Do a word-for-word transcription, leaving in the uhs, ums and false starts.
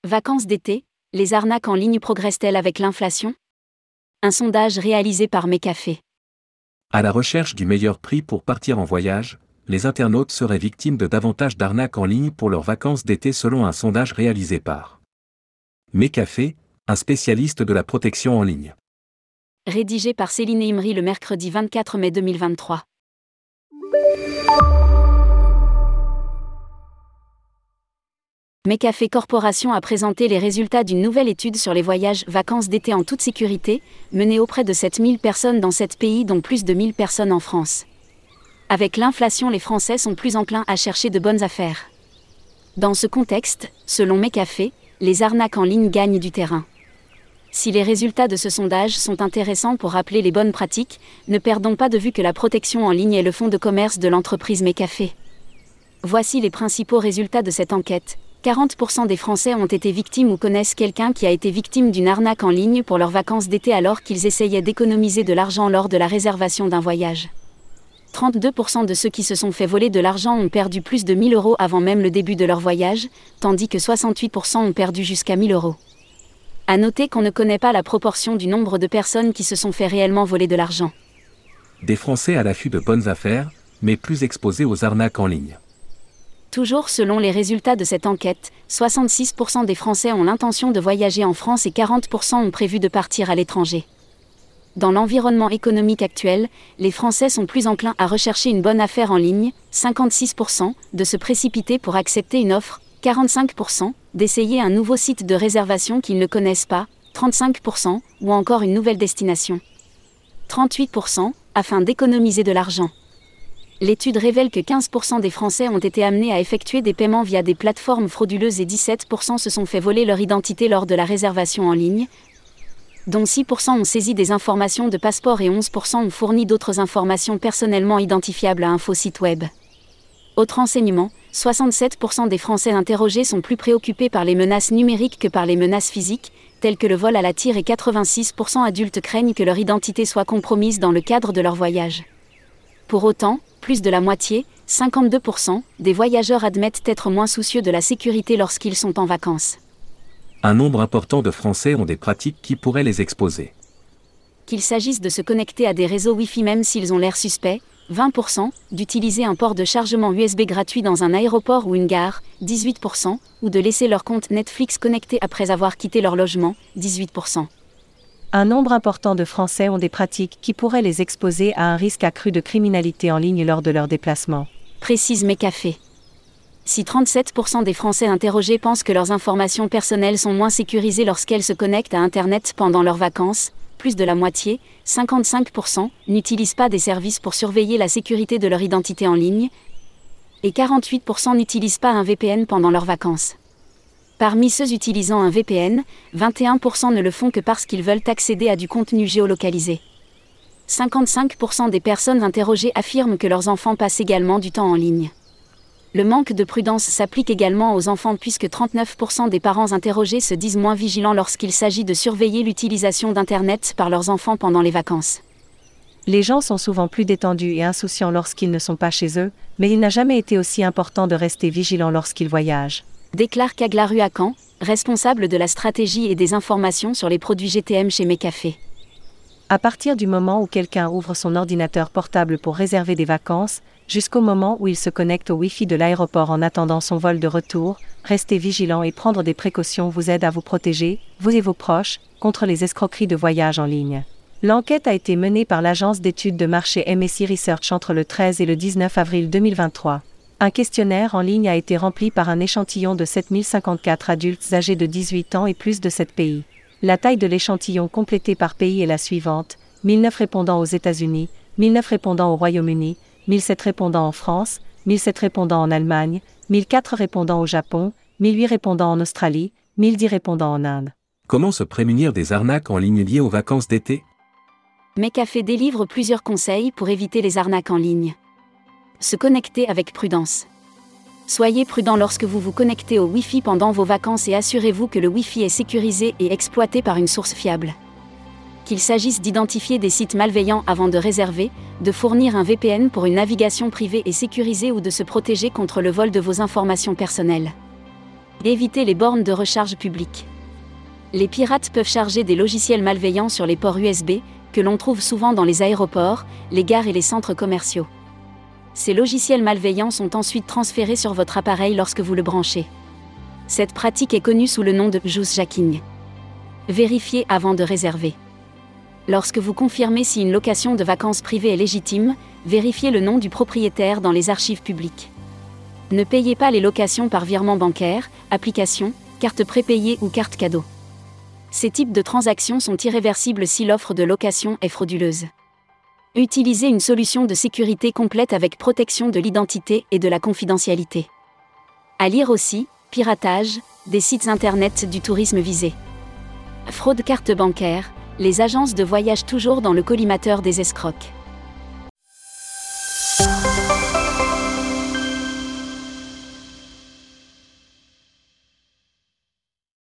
Vacances d'été, les arnaques en ligne progressent-elles avec l'inflation? Un sondage réalisé par McAfee. À la recherche du meilleur prix pour partir en voyage, les internautes seraient victimes de davantage d'arnaques en ligne pour leurs vacances d'été selon un sondage réalisé par McAfee, un spécialiste de la protection en ligne. Rédigé par Céline Imri le mercredi vingt-quatre mai deux mille vingt-trois. McAfee Corporation a présenté les résultats d'une nouvelle étude sur les voyages vacances d'été en toute sécurité, menée auprès de sept mille personnes dans sept pays dont plus de mille personnes en France. Avec l'inflation, les Français sont plus enclins à chercher de bonnes affaires. Dans ce contexte, selon McAfee, les arnaques en ligne gagnent du terrain. Si les résultats de ce sondage sont intéressants pour rappeler les bonnes pratiques, ne perdons pas de vue que la protection en ligne est le fonds de commerce de l'entreprise McAfee. Voici les principaux résultats de cette enquête. quarante pour cent des Français ont été victimes ou connaissent quelqu'un qui a été victime d'une arnaque en ligne pour leurs vacances d'été alors qu'ils essayaient d'économiser de l'argent lors de la réservation d'un voyage. trente-deux pour cent de ceux qui se sont fait voler de l'argent ont perdu plus de mille euros avant même le début de leur voyage, tandis que soixante-huit pour cent ont perdu jusqu'à mille euros. À noter qu'on ne connaît pas la proportion du nombre de personnes qui se sont fait réellement voler de l'argent. Des Français à l'affût de bonnes affaires, mais plus exposés aux arnaques en ligne. Toujours selon les résultats de cette enquête, soixante-six pour cent des Français ont l'intention de voyager en France et quarante pour cent ont prévu de partir à l'étranger. Dans l'environnement économique actuel, les Français sont plus enclins à rechercher une bonne affaire en ligne, cinquante-six pour cent, de se précipiter pour accepter une offre, quarante-cinq pour cent, d'essayer un nouveau site de réservation qu'ils ne connaissent pas, trente-cinq pour cent, ou encore une nouvelle destination. trente-huit pour cent, afin d'économiser de l'argent. L'étude révèle que quinze pour cent des Français ont été amenés à effectuer des paiements via des plateformes frauduleuses et dix-sept pour cent se sont fait voler leur identité lors de la réservation en ligne, dont six pour cent ont saisi des informations de passeport et onze pour cent ont fourni d'autres informations personnellement identifiables à un faux site web. Autre renseignement, soixante-sept pour cent des Français interrogés sont plus préoccupés par les menaces numériques que par les menaces physiques, telles que le vol à la tire et quatre-vingt-six pour cent adultes craignent que leur identité soit compromise dans le cadre de leur voyage. Pour autant, plus de la moitié, cinquante-deux pour cent, des voyageurs admettent être moins soucieux de la sécurité lorsqu'ils sont en vacances. Un nombre important de Français ont des pratiques qui pourraient les exposer. Qu'il s'agisse de se connecter à des réseaux Wi-Fi même s'ils ont l'air suspects, vingt pour cent, d'utiliser un port de chargement U S B gratuit dans un aéroport ou une gare, dix-huit pour cent, ou de laisser leur compte Netflix connecté après avoir quitté leur logement, dix-huit pour cent. Un nombre important de Français ont des pratiques qui pourraient les exposer à un risque accru de criminalité en ligne lors de leurs déplacements. Précise McAfee. Si trente-sept pour cent des Français interrogés pensent que leurs informations personnelles sont moins sécurisées lorsqu'elles se connectent à Internet pendant leurs vacances, plus de la moitié, cinquante-cinq pour cent, n'utilisent pas des services pour surveiller la sécurité de leur identité en ligne, et quarante-huit pour cent n'utilisent pas un V P N pendant leurs vacances. Parmi ceux utilisant un V P N, vingt et un pour cent ne le font que parce qu'ils veulent accéder à du contenu géolocalisé. cinquante-cinq pour cent des personnes interrogées affirment que leurs enfants passent également du temps en ligne. Le manque de prudence s'applique également aux enfants puisque trente-neuf pour cent des parents interrogés se disent moins vigilants lorsqu'il s'agit de surveiller l'utilisation d'Internet par leurs enfants pendant les vacances. Les gens sont souvent plus détendus et insouciants lorsqu'ils ne sont pas chez eux, mais il n'a jamais été aussi important de rester vigilant lorsqu'ils voyagent. Déclare Kagla Ruakan, responsable de la stratégie et des informations sur les produits G T M chez McAfee. À partir du moment où quelqu'un ouvre son ordinateur portable pour réserver des vacances, jusqu'au moment où il se connecte au Wi-Fi de l'aéroport en attendant son vol de retour, rester vigilant et prendre des précautions vous aide à vous protéger, vous et vos proches, contre les escroqueries de voyage en ligne. L'enquête a été menée par l'agence d'études de marché M S I Research entre le treize et le dix-neuf avril deux mille vingt-trois. Un questionnaire en ligne a été rempli par un échantillon de sept mille cinquante-quatre adultes âgés de dix-huit ans et plus de sept pays. La taille de l'échantillon complété par pays est la suivante: mille neuf répondants aux États-Unis, mille neuf répondants au Royaume-Uni, mille sept répondants en France, mille sept répondants en Allemagne, mille quatre répondants au Japon, mille huit répondants en Australie, mille dix répondants en Inde. Comment se prémunir des arnaques en ligne liées aux vacances d'été? McAfee délivre plusieurs conseils pour éviter les arnaques en ligne. Se connecter avec prudence. Soyez prudent lorsque vous vous connectez au Wi-Fi pendant vos vacances et assurez-vous que le Wi-Fi est sécurisé et exploité par une source fiable. Qu'il s'agisse d'identifier des sites malveillants avant de réserver, de fournir un V P N pour une navigation privée et sécurisée ou de se protéger contre le vol de vos informations personnelles. Évitez les bornes de recharge publiques. Les pirates peuvent charger des logiciels malveillants sur les ports U S B, que l'on trouve souvent dans les aéroports, les gares et les centres commerciaux. Ces logiciels malveillants sont ensuite transférés sur votre appareil lorsque vous le branchez. Cette pratique est connue sous le nom de juicejacking. Vérifiez avant de réserver. Lorsque vous confirmez si une location de vacances privée est légitime, vérifiez le nom du propriétaire dans les archives publiques. Ne payez pas les locations par virement bancaire, application, carte prépayée ou carte cadeau. Ces types de transactions sont irréversibles si l'offre de location est frauduleuse. Utilisez une solution de sécurité complète avec protection de l'identité et de la confidentialité. À lire aussi, piratage, des sites internet du tourisme visé. Fraude carte bancaire, les agences de voyage toujours dans le collimateur des escrocs.